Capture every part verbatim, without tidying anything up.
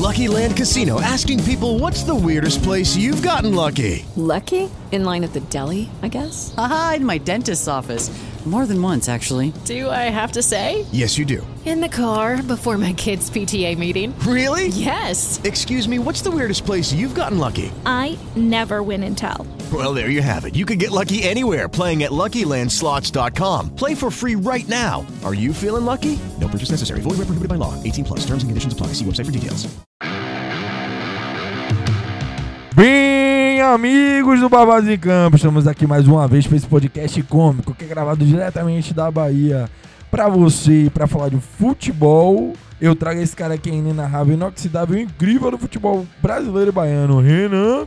Lucky Land Casino, asking people, what's the weirdest place you've gotten lucky? Lucky? In line at the deli, I guess? Aha, in my dentist's office. More than once, actually. Do I have to say? Yes, you do. In the car before my kids' P T A meeting. Really? Yes. Excuse me, what's the weirdest place you've gotten lucky? I never win and tell. Well, there you have it. You can get lucky anywhere, playing at Lucky Land Slots dot com. Play for free right now. Are you feeling lucky? No purchase necessary. Void where prohibited by law. eighteen plus. Terms and conditions apply. See website for details. Bem, amigos do Barbados em Campo, estamos aqui mais uma vez para esse podcast cômico que é gravado diretamente da Bahia para você, para falar de futebol. Eu trago esse cara aqui inenarrável, inoxidável, incrível do futebol brasileiro e baiano, Renan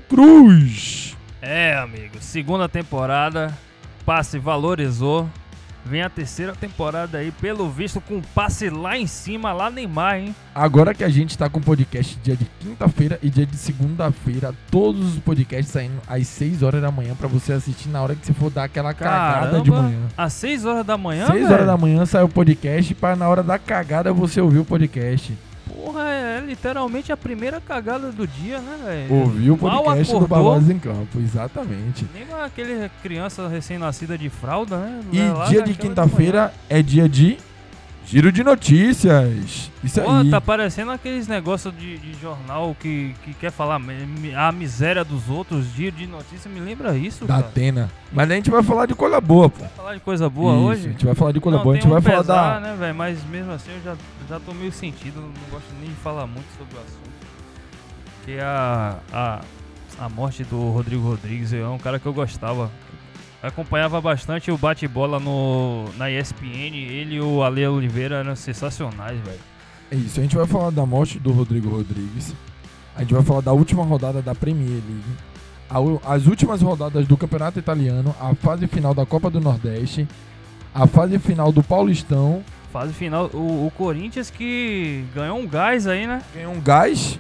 Cruz. É, amigo, segunda temporada, passe valorizou. Vem a terceira temporada aí, pelo visto, com passe lá em cima, lá Neymar, hein? Agora que a gente tá com podcast dia de quinta-feira e dia de segunda-feira, todos os podcasts saindo às seis horas da manhã pra você assistir na hora que você for dar aquela cagada. Caramba, de manhã. Às seis horas da manhã, seis horas da manhã sai o podcast pra na hora da cagada você ouvir o podcast. Porra, é literalmente a primeira cagada do dia, né, velho? Ouvir o podcast Mal do acordou. Barbados em Campo, exatamente. Nem aquele criança recém-nascida de fralda, né? E Lá dia de naquela quinta-feira é dia de giro de notícias. Isso Pô, aí. tá parecendo aqueles negócios de, de jornal que, que quer falar mi- a miséria dos outros. Giro de notícia, me lembra isso, Da cara? Atena. Mas a gente vai falar de coisa boa, pô. Vai falar de coisa boa Isso, hoje? a gente vai falar de coisa Não, boa. A gente tem vai um falar pesar, da... né, velho? Mas mesmo assim eu já, já tô meio sentido, não gosto nem de falar muito sobre o assunto. Que a, a, a morte do Rodrigo Rodrigues é um cara que eu gostava. Acompanhava bastante o bate-bola no, na E S P N, ele e o Ale Oliveira eram sensacionais, velho. É isso, a gente vai falar da morte do Rodrigo Rodrigues. A gente vai falar da última rodada da Premier League. A, as últimas rodadas do Campeonato Italiano, a fase final da Copa do Nordeste, a fase final do Paulistão. Fase final, o, o Corinthians que ganhou um gás aí, né? Ganhou um gás.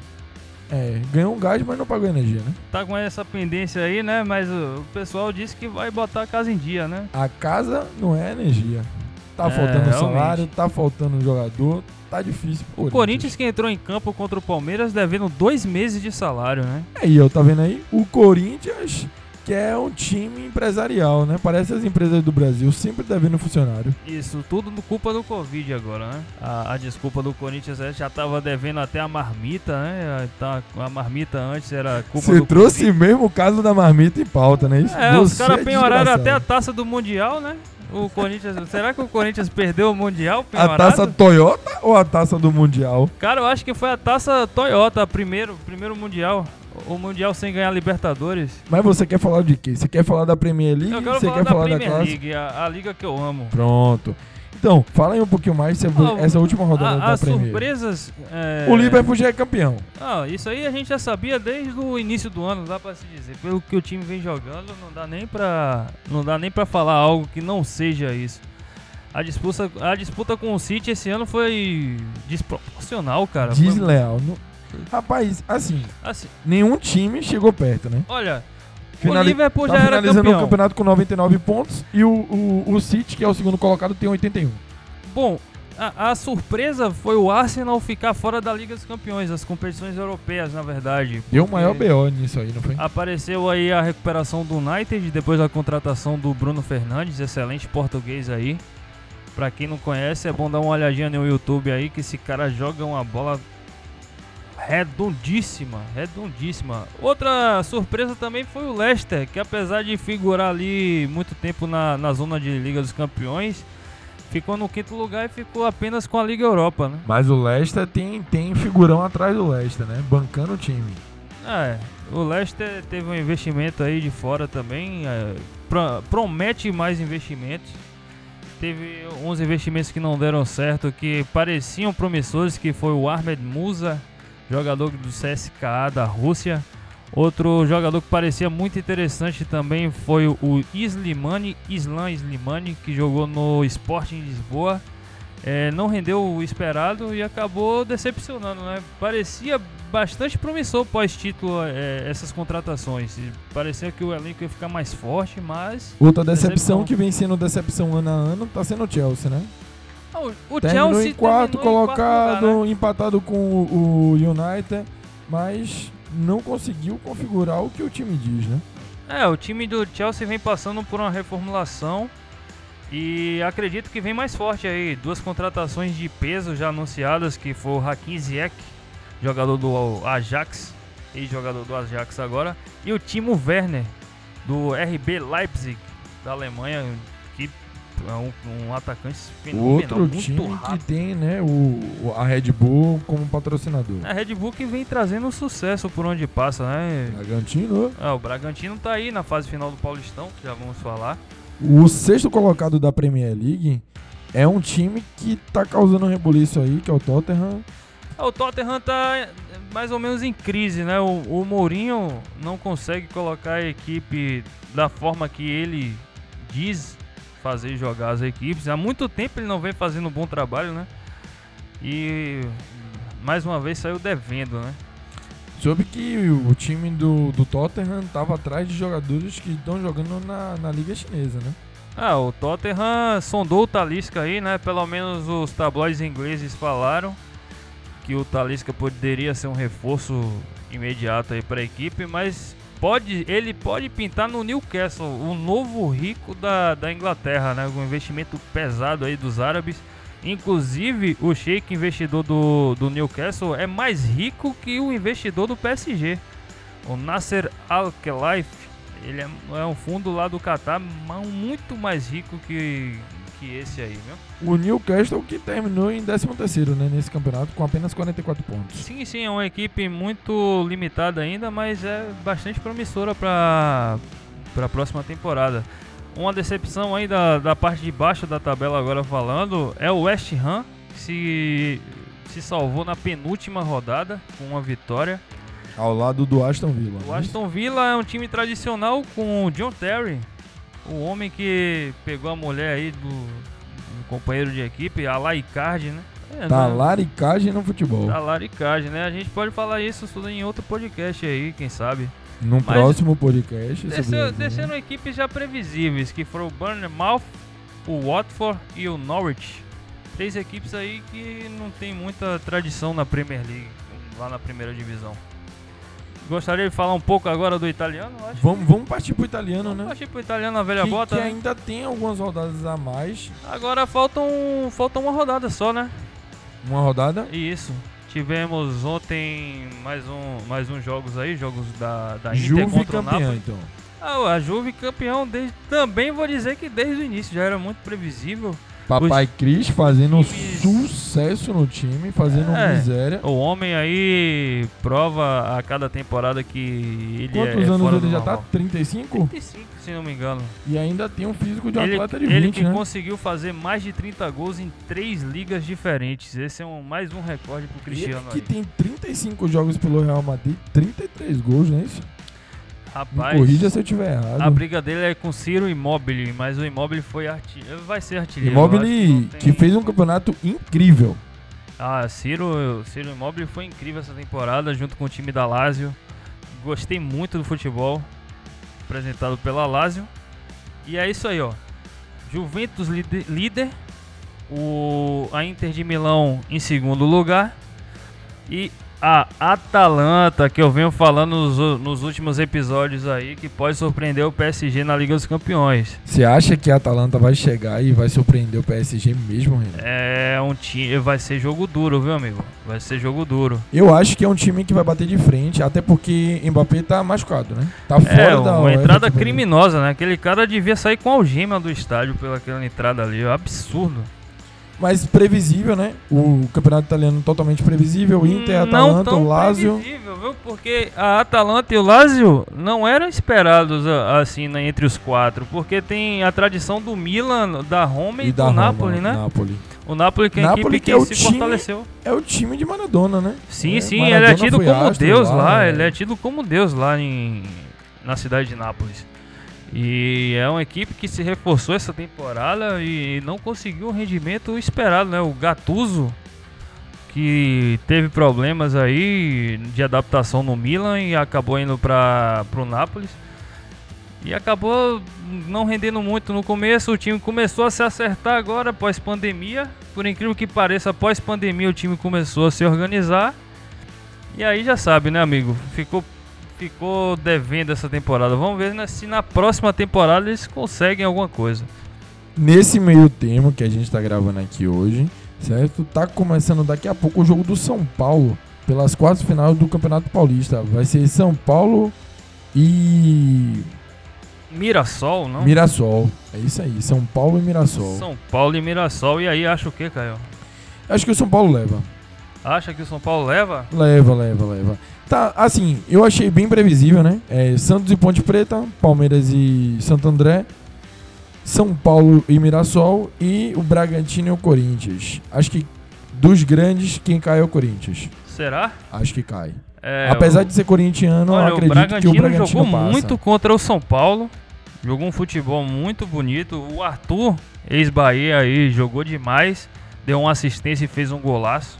É, ganhou um gás, mas não pagou energia, né? Tá com essa pendência aí, né? Mas o, o pessoal disse que vai botar a casa em dia, né? A casa não é energia. Tá É, faltando realmente. salário, tá faltando jogador, tá difícil pro O Corinthians que entrou em campo contra o Palmeiras devendo dois meses de salário, né? Aí, ó, tá vendo aí? O Corinthians, que é um time empresarial, né? Parece as empresas do Brasil, sempre devendo funcionário. Isso, tudo por culpa do Covid agora, né? A, a desculpa do Corinthians é, já tava devendo até a marmita, né? Tá, a marmita antes era culpa Você do trouxe Covid. mesmo o caso da marmita em pauta, né? Isso? É, os Você caras é penhoraram desgraçado. até a taça do Mundial, né? O Corinthians, será que o Corinthians perdeu o Mundial A penhorado? taça Toyota ou a taça do Mundial? Cara, eu acho que foi a taça Toyota, primeiro, primeiro Mundial. O Mundial sem ganhar Libertadores. Mas você quer falar de quê? Você quer falar da Premier League? Eu quero Você falar quer da falar da Premier classe? League, a, a liga que eu amo. Pronto. Então, fala aí um pouquinho mais sobre Ah, essa última rodada a, da as Premier. surpresas... É... O Liverpool já é campeão. Ah, isso aí a gente já sabia desde o início do ano, dá pra se dizer. Pelo que o time vem jogando, não dá nem pra, não dá nem pra falar algo que não seja isso. A disputa, a disputa com o City esse ano foi desproporcional, cara. Foi- Desleal. Não- Rapaz, assim, assim, nenhum time chegou perto, né? olha, Finali- o Liverpool tá já era finalizando campeão. o campeonato com noventa e nove pontos e o, o, o City, que é o segundo colocado, tem oitenta e um. Bom, a, a surpresa foi o Arsenal ficar fora da Liga dos Campeões, das competições europeias, na verdade. Deu o porque maior B O nisso aí, não foi? Apareceu aí a recuperação do United depois da contratação do Bruno Fernandes, excelente português aí. Pra quem não conhece, é bom dar uma olhadinha no YouTube aí, que esse cara joga uma bola redondíssima, redondíssima. Outra surpresa também foi o Leicester, que apesar de figurar ali muito tempo na, na zona de Liga dos Campeões, ficou no quinto lugar e ficou apenas com a Liga Europa, né? Mas o Leicester tem, tem figurão atrás do Leicester, né? Bancando o time. É, o Leicester teve um investimento aí de fora também, é, pro- promete mais investimentos. Teve uns investimentos que não deram certo, que pareciam promissores, que foi o Ahmed Musa, jogador do C S K A da Rússia. Outro jogador que parecia muito interessante também foi o Slimani, Islam Slimani, que jogou no Sporting Lisboa. É, não rendeu o esperado e acabou decepcionando, né? Parecia bastante promissor pós-título é, essas contratações. E parecia que o elenco ia ficar mais forte, mas... Outra decepção Decepção. que vem sendo decepção ano a ano tá sendo o Chelsea, né? O, o Terminou Chelsea em quarto terminou em colocado, quarto lugar, né? empatado com o, o United, mas não conseguiu configurar o que o time diz, né? É, o time do Chelsea vem passando por uma reformulação e acredito que vem mais forte aí. Duas contratações de peso já anunciadas, que foi o Hakim Ziyech, jogador do Ajax, ex-jogador do Ajax agora, e o Timo Werner, do R B Leipzig, da Alemanha, que é um, um atacante fenomenal, Outro muito time rápido. que tem, né, o, a Red Bull como patrocinador. A Red Bull que vem trazendo sucesso por onde passa, né? Bragantino. Ah, o Bragantino tá aí na fase final do Paulistão, que já vamos falar. O sexto colocado da Premier League é um time que tá causando um rebuliço aí, que é o Tottenham. Ah, o Tottenham tá mais ou menos em crise, né? O, o Mourinho não consegue colocar a equipe da forma que ele diz fazer jogar as equipes. Há muito tempo ele não vem fazendo um bom trabalho, né? E mais uma vez saiu devendo, né? Soube que o time do, do Tottenham estava atrás de jogadores que estão jogando na, na Liga Chinesa, né? Ah, o Tottenham sondou o Talisca aí, né? Pelo menos os tabloides ingleses falaram que o Talisca poderia ser um reforço imediato aí para a equipe, mas pode, ele pode pintar no Newcastle, o novo rico da, da Inglaterra, né? Um investimento pesado aí dos árabes. Inclusive, o sheik investidor do, do Newcastle é mais rico que o investidor do P S G. O Nasser Al-Khelaifi, ele é, é um fundo lá do Catar, muito mais rico que, que esse aí, viu? O Newcastle que terminou em décimo terceiro, né, nesse campeonato com apenas quarenta e quatro pontos. Sim, sim, é uma equipe muito limitada ainda, mas é bastante promissora para a próxima temporada. Uma decepção aí da, da parte de baixo da tabela agora falando é o West Ham, que se, se salvou na penúltima rodada com uma vitória. Ao lado do Aston Villa. O Aston Villa é um time tradicional com o John Terry, o homem que pegou a mulher aí do, do companheiro de equipe, a Laicard, né? É, Tá né? laricagem no futebol. Tá laricagem, né? A gente pode falar isso tudo em outro podcast aí, quem sabe. Num Mas próximo podcast. sobre Desceu, isso, descendo né? equipes já previsíveis, que foram o Bournemouth, o Watford e o Norwich. Três equipes aí que não tem muita tradição na Premier League, lá na primeira divisão. Gostaria de falar um pouco agora do italiano, eu acho. Vamos, vamos partir pro italiano, Vamos né? partir pro italiano, a velha Que, bota. que né? ainda tem algumas rodadas a mais. Agora faltam, faltam uma rodada só, né? Uma rodada. Isso. Tivemos ontem mais um, mais uns jogos aí, jogos da, da Inter Juve contra o campeã, Napoli. então. Ah, a Juve campeão desde, também vou dizer que desde o início já era muito previsível. Papai Cris fazendo times- sucesso no time, fazendo É. miséria. O homem aí prova a cada temporada que ele Quantos é, é anos fora ele do já normal. tá? trinta e cinco? trinta e cinco, se não me engano. E ainda tem um físico de um Ele, atleta de ele vinte, que né? conseguiu fazer mais de trinta gols em três ligas diferentes. Esse é um, mais um recorde pro Ele Cristiano que aí. tem trinta e cinco jogos pelo Real Madrid, trinta e três gols, não é isso? Me Rapaz, corrija se eu tiver errado. a briga dele é com Ciro Immobile, mas o Immobile foi artilheiro, vai ser artilheiro. Immobile eu acho não que tem- fez um campeonato incrível. Ah, Ciro, Ciro Immobile foi incrível essa temporada junto com o time da Lazio. Gostei muito do futebol apresentado pela Lazio. E é isso aí, ó. Juventus líder, líder, o a Inter de Milão em segundo lugar e a Atalanta, que eu venho falando nos, nos últimos episódios aí, que pode surpreender o P S G na Liga dos Campeões. Você acha que a Atalanta vai chegar e vai surpreender o P S G mesmo, Renan? É um time, vai ser jogo duro, viu, amigo? Vai ser jogo duro. Eu acho que é um time que vai bater de frente, até porque Mbappé tá machucado, né? Tá fora É, da uma UEFA entrada Champions criminosa, né? Aquele cara devia sair com algema do estádio pelaquela entrada ali, é um absurdo. Mas previsível, né? O campeonato italiano totalmente previsível. Inter, não Atalanta, tão o Lazio. previsível, viu? Porque a Atalanta e o Lazio não eram esperados a- assim né, entre os quatro, porque tem a tradição do Milan, da Roma e, E da do Roma, Napoli, né? Napoli. O Napoli que é a Napoli equipe que que, é o se time- fortaleceu. É o time de Maradona, né? Sim, É, sim, Maradona ele é tido foi como astro Deus lá, lá, né? ele é tido como Deus lá em, na cidade de Nápoles. E é uma equipe que se reforçou essa temporada e não conseguiu o rendimento esperado, né? O Gattuso, que teve problemas aí de adaptação no Milan e acabou indo para o Nápoles. E acabou não rendendo muito no começo. O time começou a se acertar agora após pandemia. Por incrível que pareça, após pandemia o time começou a se organizar. E aí já sabe, né, amigo? Ficou, ficou devendo essa temporada. Vamos ver, né, se na próxima temporada eles conseguem alguma coisa. Nesse meio termo que a gente tá gravando aqui hoje, certo? Tá começando daqui a pouco o jogo do São Paulo pelas quartas finais do Campeonato Paulista. Vai ser São Paulo e Mirassol, não? Mirassol. É isso aí, São Paulo e Mirassol. São Paulo e Mirassol. E aí, acha o que, Caio? Acho que o São Paulo leva. Acha que o São Paulo leva? Leva, leva, leva. Tá, assim, eu achei bem previsível, né? É, Santos e Ponte Preta, Palmeiras e Santo André, São Paulo e Mirassol e o Bragantino e o Corinthians. Acho que dos grandes, quem cai é o Corinthians. Será? Acho que cai. É, Apesar o... de ser corintiano, Olha, eu acredito o Bragantino que o Bragantino jogou passa. muito contra o São Paulo. Jogou um futebol muito bonito. O Arthur, ex-Bahia aí, jogou demais. Deu uma assistência e fez um golaço.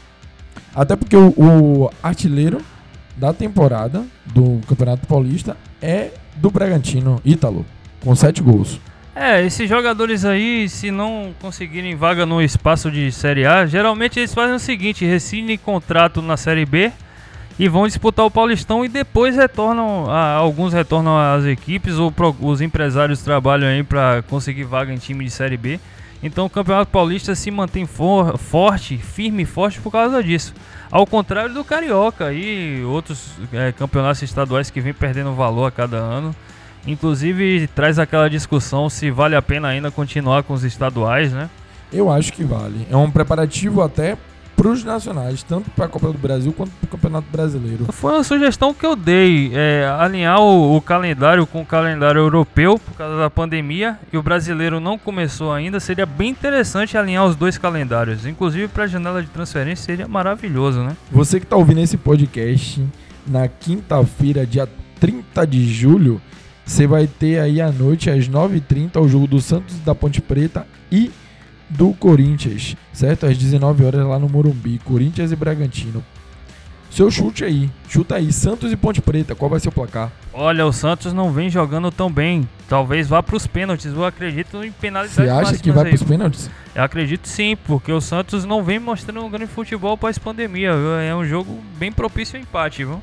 Até porque o, o artilheiro da temporada do Campeonato Paulista é do Bragantino, Ítalo, com sete gols. É, esses jogadores aí, se não conseguirem vaga no espaço de Série A, geralmente eles fazem o seguinte: rescindem contrato na Série B e vão disputar o Paulistão e depois retornam, a, alguns retornam às equipes ou pro, os empresários trabalham aí para conseguir vaga em time de Série B. Então o Campeonato Paulista se mantém for, forte, firme e forte por causa disso. Ao contrário do Carioca e outros é, campeonatos estaduais que vem perdendo valor a cada ano. Inclusive traz aquela discussão se vale a pena ainda continuar com os estaduais, né? Eu acho que vale. É um preparativo até para os nacionais, tanto para a Copa do Brasil quanto para o Campeonato Brasileiro. Foi uma sugestão que eu dei, é, alinhar o, o calendário com o calendário europeu por causa da pandemia, e o brasileiro não começou ainda. Seria bem interessante alinhar os dois calendários, inclusive para a janela de transferência seria maravilhoso, né? Você que está ouvindo esse podcast na quinta-feira, dia trinta de julho, você vai ter aí à noite às nove e trinta o jogo do Santos da Ponte Preta e do Corinthians, certo? Às dezenove horas lá no Morumbi, Corinthians e Bragantino. Seu chute aí, chuta aí, Santos e Ponte Preta, qual vai ser o placar? Olha, o Santos não vem jogando tão bem, talvez vá para os pênaltis, eu acredito em penalidades. Você acha que vai para os pênaltis? Eu acredito sim, porque o Santos não vem mostrando um grande futebol pós-pandemia, é um jogo bem propício ao empate, viu?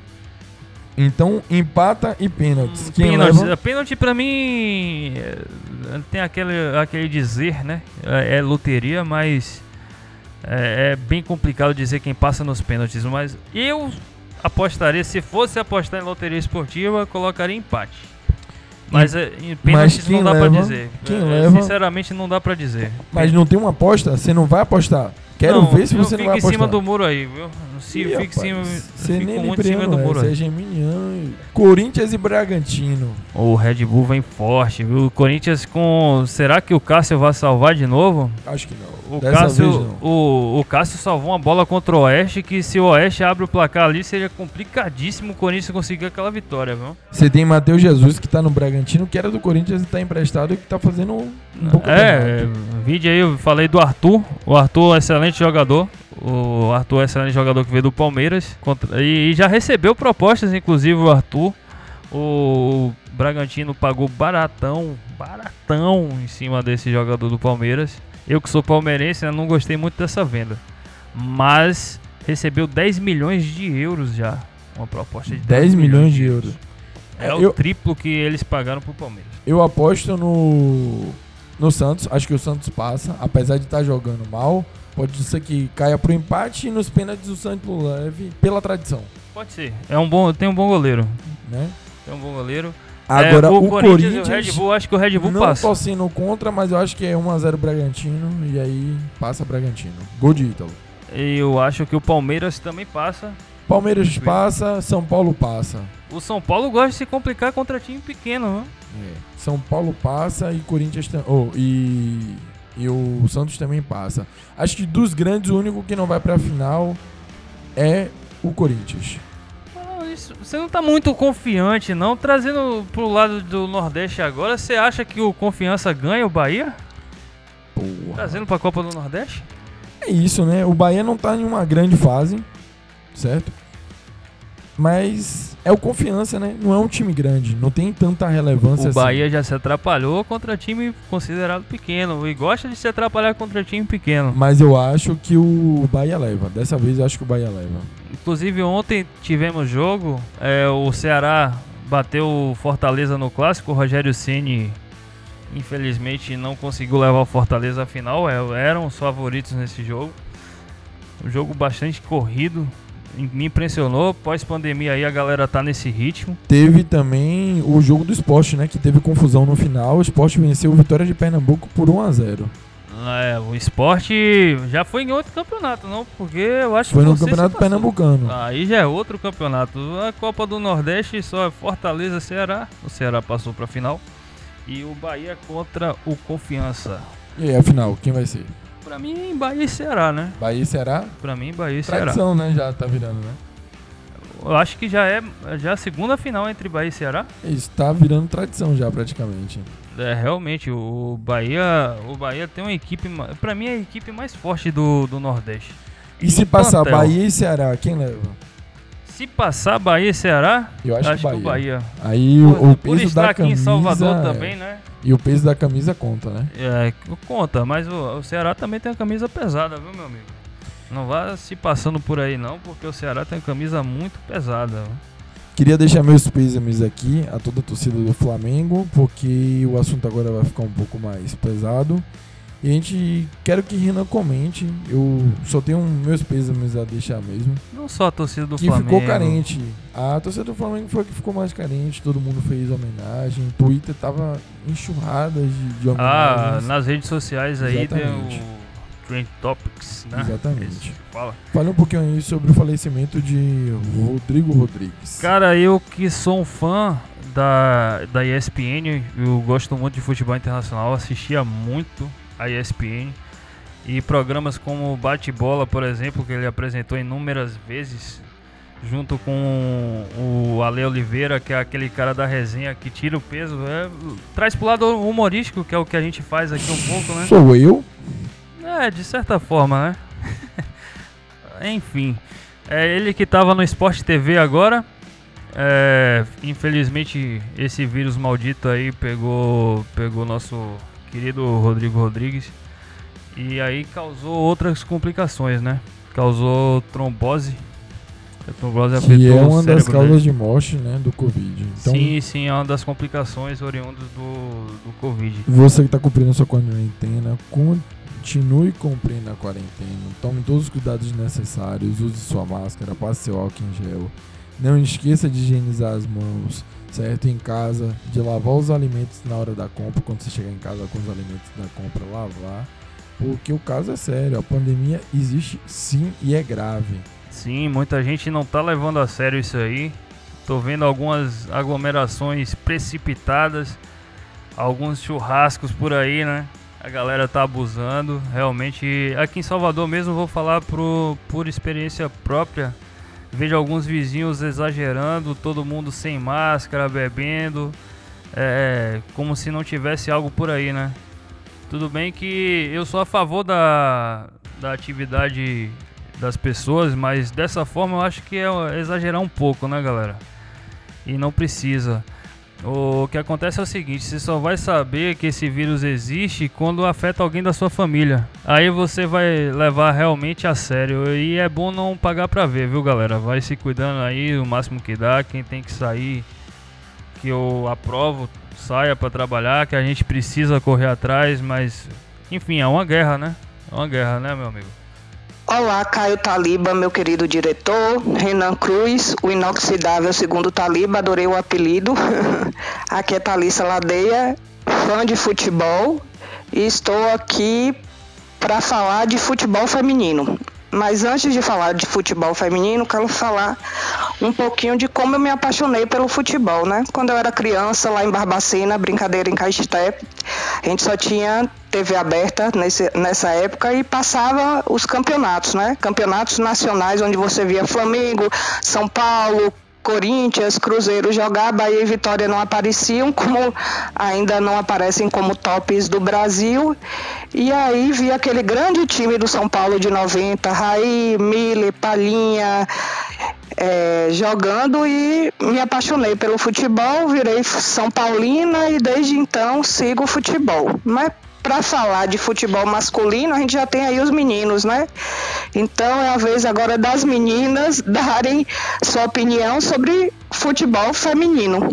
Então, empata e pênaltis. Quem pênalti, leva? Pênalti pra mim é, tem aquele, aquele dizer, né? É, é loteria, mas é, é bem complicado dizer quem passa nos pênaltis. Mas eu apostaria, se fosse apostar em loteria esportiva, colocaria empate. Mas é, em pênaltis não dá leva, pra dizer. Quem é, leva? Sinceramente não dá pra dizer. Mas não tem uma aposta? Você não vai apostar? Quero não, ver se você não vai apostar. Fica em cima do muro aí, viu? Se Ih, fica em cima, você fica nem muito em cima do muro é, aí. Você é geminiano. Corinthians e Bragantino. O Red Bull vem forte, viu? O Corinthians com... Será que o Cássio vai salvar de novo? Acho que não. O Dessa Cássio, vez, não. o, o Cássio salvou uma bola contra o Oeste, que se o Oeste abre o placar ali, seria complicadíssimo o Corinthians conseguir aquela vitória, viu? Você tem Matheus Jesus, que tá no Bragantino, que era do Corinthians e tá emprestado e que tá fazendo um, um pouco É, vídeo aí, eu falei do Arthur. O Arthur é um excelente jogador. O Arthur é um excelente jogador que veio do Palmeiras. Contra, e, e já recebeu propostas, inclusive o Arthur. O Bragantino pagou baratão, baratão em cima desse jogador do Palmeiras. Eu que sou palmeirense, né, não gostei muito dessa venda. Mas recebeu dez milhões de euros já. Uma proposta de dez milhões de euros. É eu, o triplo que eles pagaram pro Palmeiras. Eu aposto no, no Santos. Acho que o Santos passa, apesar de estar jogando mal. Pode ser que caia pro empate e nos pênaltis o Santos leve pela tradição. Pode ser. É um bom, tem um bom goleiro. Né? Tem um bom goleiro. Agora, é, o, o Corinthians, Corinthians, e o Red Bull, acho que o Red Bull não passa. Não tô sendo contra, mas eu acho que é um a zero Bragantino e aí passa Bragantino. Gol de Ítalo. Eu acho que o Palmeiras também passa. Palmeiras passa, São Paulo passa. O São Paulo gosta de se complicar contra time pequeno, né? É. São Paulo passa e Corinthians também. Oh, e, e o Santos também passa. Acho que dos grandes, o único que não vai pra final é o Corinthians. Você não tá muito confiante, não? Trazendo pro lado do Nordeste agora, você acha que o Confiança ganha o Bahia? Porra. Trazendo pra Copa do Nordeste? É isso, né? O Bahia não tá em uma grande fase, certo? Mas é o Confiança, né? Não é um time grande, não tem tanta relevância O assim. Bahia já se atrapalhou contra time considerado pequeno e gosta de se atrapalhar contra time pequeno. Mas eu acho que o Bahia leva. Dessa vez eu acho que o Bahia leva. Inclusive ontem tivemos jogo, é, o Ceará bateu o Fortaleza no clássico, o Rogério Ceni infelizmente não conseguiu levar o Fortaleza à final, é, eram os favoritos nesse jogo. Um jogo bastante corrido, me impressionou, pós-pandemia aí a galera tá nesse ritmo. Teve também o jogo do Sport, né? Que teve confusão no final. O Sport venceu o Vitória de Pernambuco por um a zero. É, o Sport já foi em outro campeonato, não? Porque eu acho Foi que no você Campeonato se passou. Pernambucano. Aí já é outro campeonato. A Copa do Nordeste só é Fortaleza, Ceará. O Ceará passou pra final. E o Bahia contra o Confiança. E aí, afinal, quem vai ser? Pra mim, Bahia e Ceará, né? Bahia e Ceará? Pra mim, Bahia e Ceará. Tradição, né? Já tá virando, né? Eu acho que já é já a segunda final entre Bahia e Ceará. Isso tá virando tradição já, praticamente. É, realmente, o Bahia, o Bahia tem uma equipe, pra mim é a equipe mais forte do, do Nordeste. E se passar Bahia e Ceará, quem leva? Se passar Bahia e Ceará, eu acho, acho que, que o Bahia. Aí por, o, o por peso estar da aqui camisa... em Salvador é, também, né? E o peso da camisa conta, né? É, conta, mas o, o Ceará também tem uma camisa pesada, viu, meu amigo? Não vá se passando por aí não, porque o Ceará tem uma camisa muito pesada. Queria deixar meus pêsames aqui a toda a torcida do Flamengo, porque o assunto agora vai ficar um pouco mais pesado. E a gente, quero que Renan comente, eu só tenho meus pêsames a deixar mesmo. Não só a torcida do que Flamengo. Que ficou carente. A torcida do Flamengo foi a que ficou mais carente, todo mundo fez homenagem, o Twitter tava enxurrada de, de homenagens. Ah, nas redes sociais aí Exatamente. tem o Trend Topics, né? Exatamente. Fala. Fala um pouquinho aí sobre o falecimento de Rodrigo Rodrigues. Cara, eu que sou um fã da, da E S P N, eu gosto muito de futebol internacional, assistia muito a E S P N e programas como Bate-Bola, por exemplo, que ele apresentou inúmeras vezes junto com o Ale Oliveira, que é aquele cara da resenha que tira o peso, é, traz pro lado humorístico, que é o que a gente faz aqui um pouco, né? Sou eu? É, de certa forma, né? Enfim, é ele que tava no Sport T V agora. É, infelizmente esse vírus maldito aí pegou pegou nosso querido Rodrigo Rodrigues e aí causou outras complicações, né? Causou trombose. A trombose afetou que é uma o das cérebro causas dele. de morte, né, do Covid. Então, sim, sim, é uma das complicações oriundas do, do Covid. Você que está cumprindo a sua quarentena, continue cumprindo a quarentena. Tome todos os cuidados necessários, use sua máscara, passe seu álcool em gel. Não esqueça de higienizar as mãos, certo? Em casa, de lavar os alimentos na hora da compra, quando você chegar em casa com os alimentos da compra, lavar. Porque o caso é sério, a pandemia existe sim e é grave. Sim, muita gente não tá levando a sério isso aí. Tô vendo algumas aglomerações precipitadas, alguns churrascos por aí, né? A galera tá abusando. Realmente, aqui em Salvador mesmo, vou falar pro, por experiência própria. Vejo alguns vizinhos exagerando, todo mundo sem máscara, bebendo, é, como se não tivesse algo por aí, né? Tudo bem que eu sou a favor da, da atividade das pessoas, mas dessa forma eu acho que é exagerar um pouco, né, galera? E não precisa. O que acontece é o seguinte, você só vai saber que esse vírus existe quando afeta alguém da sua família. Aí você vai levar realmente a sério. E é bom não pagar pra ver, viu, galera? Vai se cuidando aí o máximo que dá. Quem tem que sair, que eu aprovo, saia pra trabalhar, que a gente precisa correr atrás, mas enfim, é uma guerra, né? É uma guerra, né, meu amigo? Olá, Caio Taliba, meu querido diretor, Renan Cruz, o inoxidável segundo Taliba, adorei o apelido. Aqui é Thalissa Ladeia, fã de futebol, e estou aqui para falar de futebol feminino. Mas antes de falar de futebol feminino, quero falar um pouquinho de como eu me apaixonei pelo futebol, né? Quando eu era criança, lá em Barbacena, brincadeira em Caetité, a gente só tinha T V aberta nesse, nessa época e passava os campeonatos, né? Campeonatos nacionais, onde você via Flamengo, São Paulo, Corinthians, Cruzeiro jogar, Bahia e Vitória não apareciam, como ainda não aparecem como tops do Brasil. E aí via aquele grande time do São Paulo de noventa, Raí, Miller, Palhinha, é, jogando e me apaixonei pelo futebol, virei São Paulina e desde então sigo o futebol. Mas para falar de futebol masculino, a gente já tem aí os meninos, né? Então é a vez agora das meninas darem sua opinião sobre futebol feminino.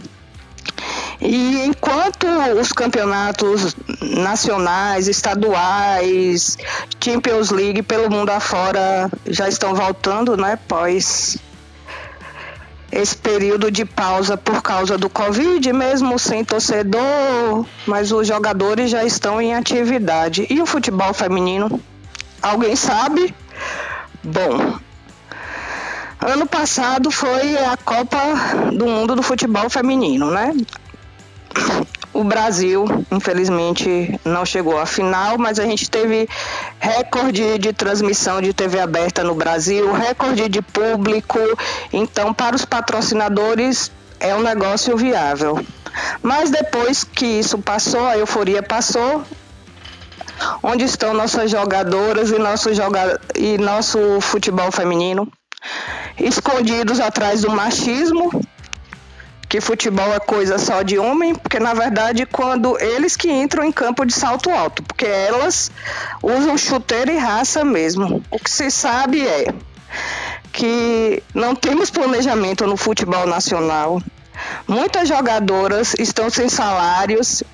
E enquanto os campeonatos nacionais, estaduais, Champions League pelo mundo afora já estão voltando, né? Pós esse período de pausa por causa do Covid, mesmo sem torcedor, mas os jogadores já estão em atividade. E o futebol feminino? Alguém sabe? Bom, ano passado foi a Copa do Mundo do Futebol Feminino, né? O Brasil, infelizmente, não chegou à final, mas a gente teve recorde de transmissão de T V aberta no Brasil, recorde de público, então para os patrocinadores é um negócio viável. Mas depois que isso passou, a euforia passou, onde estão nossas jogadoras e nosso, joga... e nosso futebol feminino? Escondidos atrás do machismo, que futebol é coisa só de homem, porque na verdade quando eles que entram em campo de salto alto, porque elas usam chuteira e raça mesmo. O que se sabe é que não temos planejamento no futebol nacional, muitas jogadoras estão sem salários,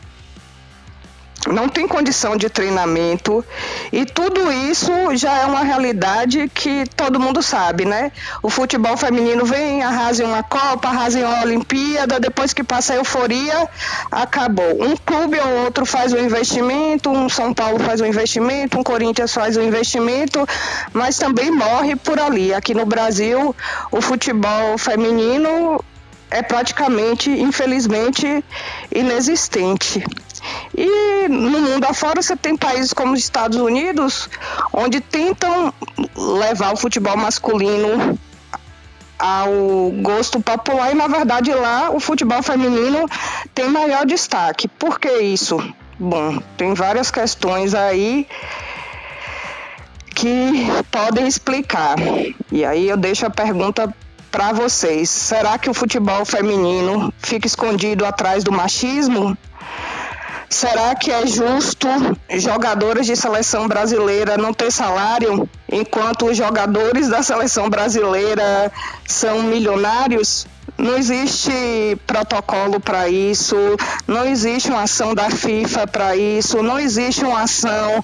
não tem condição de treinamento e tudo isso já é uma realidade que todo mundo sabe, né? O futebol feminino vem, arrasa em uma Copa, arrasa em uma Olimpíada, depois que passa a euforia, acabou. Um clube ou outro faz um investimento, um São Paulo faz um investimento, um Corinthians faz um investimento, mas também morre por ali. Aqui no Brasil, o futebol feminino é praticamente, infelizmente, inexistente. E no mundo afora você tem países como os Estados Unidos, onde tentam levar o futebol masculino ao gosto popular e na verdade lá o futebol feminino tem maior destaque. Por que isso? Bom, tem várias questões aí que podem explicar. E aí eu deixo a pergunta para vocês. Será que o futebol feminino fica escondido atrás do machismo? Será que é justo jogadores de seleção brasileira não ter salário, enquanto os jogadores da seleção brasileira são milionários? Não existe protocolo para isso, não existe uma ação da FIFA para isso, não existe uma ação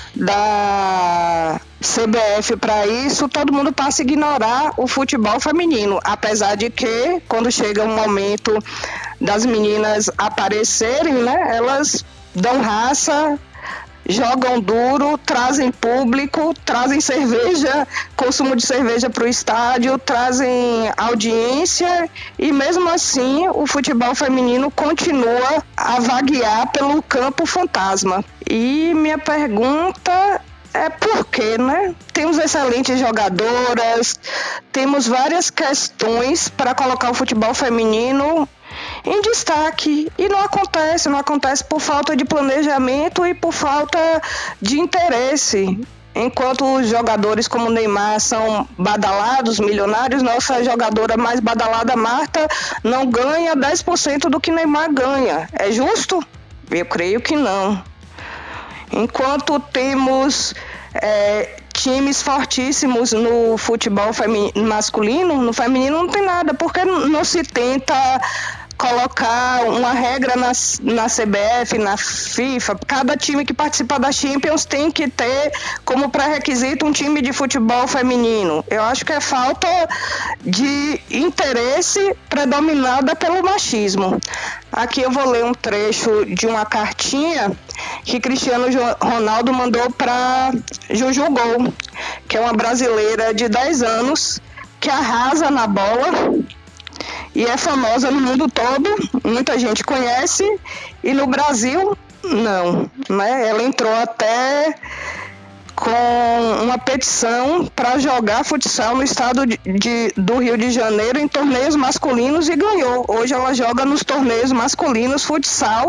da C B F para isso. Todo mundo passa a ignorar o futebol feminino, apesar de que quando chega um momento das meninas aparecerem, né, elas dão raça, jogam duro, trazem público, trazem cerveja, consumo de cerveja para o estádio, trazem audiência e mesmo assim o futebol feminino continua a vaguear pelo campo fantasma. E minha pergunta é por quê, né? Temos excelentes jogadoras, temos várias questões para colocar o futebol feminino em destaque e não acontece, não acontece por falta de planejamento e por falta de interesse. Enquanto os jogadores como Neymar são badalados, milionários, nossa jogadora mais badalada, Marta, não ganha dez por cento do que Neymar ganha. É justo? Eu creio que não. Enquanto temos é, times fortíssimos no futebol femi- masculino, no feminino não tem nada, porque não se tenta colocar uma regra na, na C B F, na FIFA. Cada time que participa da Champions tem que ter como pré-requisito um time de futebol feminino. Eu acho que é falta de interesse predominada pelo machismo. Aqui eu vou ler um trecho de uma cartinha que Cristiano Ronaldo mandou para Juju Gol, que é uma brasileira de dez anos que arrasa na bola e é famosa no mundo todo, muita gente conhece, e no Brasil não, né? Ela entrou até com uma petição para jogar futsal no estado de, de, do Rio de Janeiro em torneios masculinos e ganhou. Hoje ela joga nos torneios masculinos futsal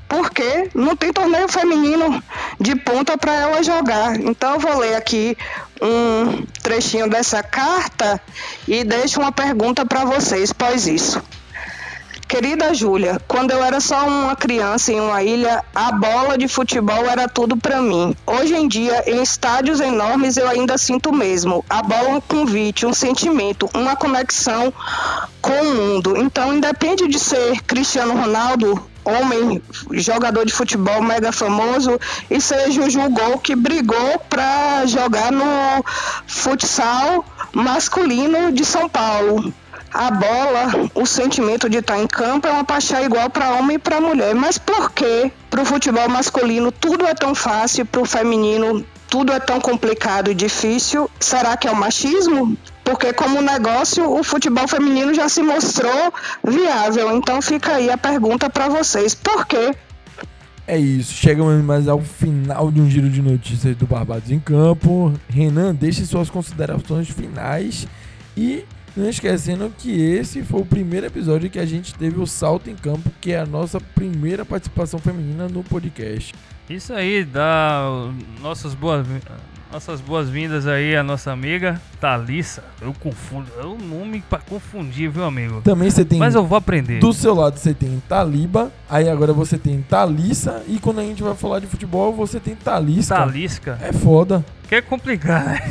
porque não tem torneio feminino de ponta para ela jogar. Então eu vou ler aqui um trechinho dessa carta e deixo uma pergunta para vocês após isso. Querida Júlia, quando eu era só uma criança em uma ilha, a bola de futebol era tudo para mim. Hoje em dia, em estádios enormes, eu ainda sinto o mesmo. A bola é um convite, um sentimento, uma conexão com o mundo. Então, independe de ser Cristiano Ronaldo, homem, jogador de futebol mega famoso, e ser Juju Gol, que brigou para jogar no futsal masculino de São Paulo. A bola, o sentimento de estar em campo é uma paixão igual para homem e para mulher. Mas por que para o futebol masculino tudo é tão fácil, para o feminino tudo é tão complicado e difícil? Será que é o machismo? Porque como negócio, o futebol feminino já se mostrou viável. Então fica aí a pergunta para vocês. Por quê? É isso, chegamos mais ao final de um giro de notícias do Barbados em Campo. Renan, deixe suas considerações finais e... não esquecendo que esse foi o primeiro episódio que a gente teve o Salto em Campo, que é a nossa primeira participação feminina no podcast. Isso aí, dá nossas boas, nossas boas-vindas aí à nossa amiga Thalissa. Eu confundo, é um nome pra confundir, viu, amigo? Também você tem... mas eu vou aprender. Do seu lado você tem Taliba, aí agora você tem Thalissa, e quando a gente vai falar de futebol, você tem Thalisca. Thalisca. É foda. Que é complicado, né?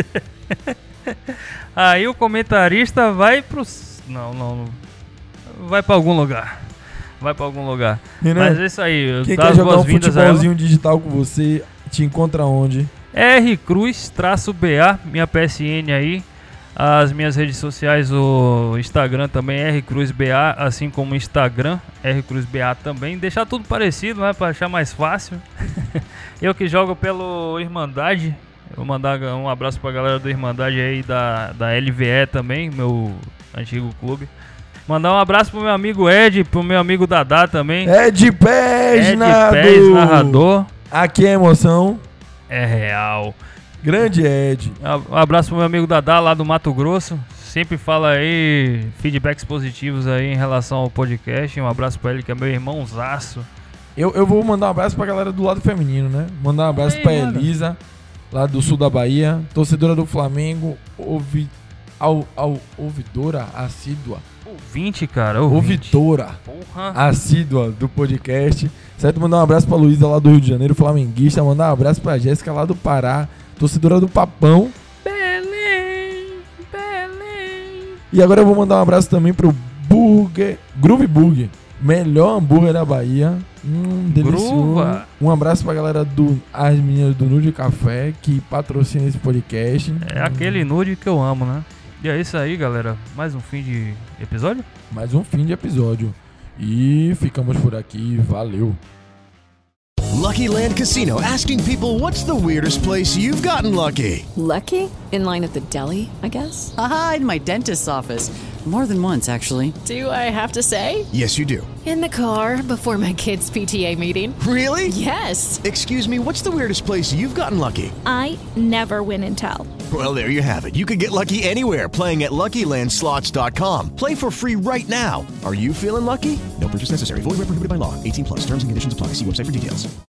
Aí o comentarista vai pro... Não, não, não. Vai pra algum lugar. Vai pra algum lugar. Renan, mas é isso aí. Quem dá quer as jogar um boas-vindas futebolzinho digital com você, te encontra onde? R Cruz B A, minha P S N aí. As minhas redes sociais, o Instagram também é R Cruz B A, assim como o Instagram, R Cruz B A também. Deixar tudo parecido, né? Pra achar mais fácil. Eu que jogo pelo Irmandade. Vou mandar um abraço pra galera do Irmandade aí, da, da L V E também, meu antigo clube. Mandar um abraço pro meu amigo Ed, pro meu amigo Dadá também. Ed Pés, Ed Pés, narrador. Aqui é emoção. É real. Grande Ed. Um abraço pro meu amigo Dadá, lá do Mato Grosso. Sempre fala aí feedbacks positivos aí em relação ao podcast. Um abraço pra ele, que é meu irmãozaço. Eu, eu vou mandar um abraço pra galera do lado feminino, né? Mandar um abraço aí, pra mano. Elisa, lá do sul da Bahia, torcedora do Flamengo, ouvi, ao, ao, ouvidora assídua. Ouvinte, cara. Ouvinte. Ouvidora Porra. assídua do podcast. Certo? Mandar um abraço pra Luísa, lá do Rio de Janeiro, flamenguista. Mandar um abraço pra Jéssica, lá do Pará, torcedora do Papão. Belém, Belém. E agora eu vou mandar um abraço também pro Burger, Groove Burger, melhor hambúrguer da Bahia. Hum, delicioso. Gruva. Um abraço pra galera do as meninas do Nude Café que patrocina esse podcast. É hum. aquele nude que eu amo, né? E é isso aí, galera. Mais um fim de episódio? Mais um fim de episódio. E ficamos por aqui. Valeu. Lucky Land Casino, asking people, what's the weirdest place you've gotten lucky? Lucky? In line at the deli, I guess? Aha, in my dentist's office. More than once, actually. Do I have to say? Yes, you do. In the car before my kids' P T A meeting. Really? Yes. Excuse me, what's the weirdest place you've gotten lucky? I never win and tell. Well, there you have it. You can get lucky anywhere, playing at Lucky Land Slots dot com. Play for free right now. Are you feeling lucky? No purchase necessary. Void where prohibited by law. eighteen plus. Terms and conditions apply. See website for details.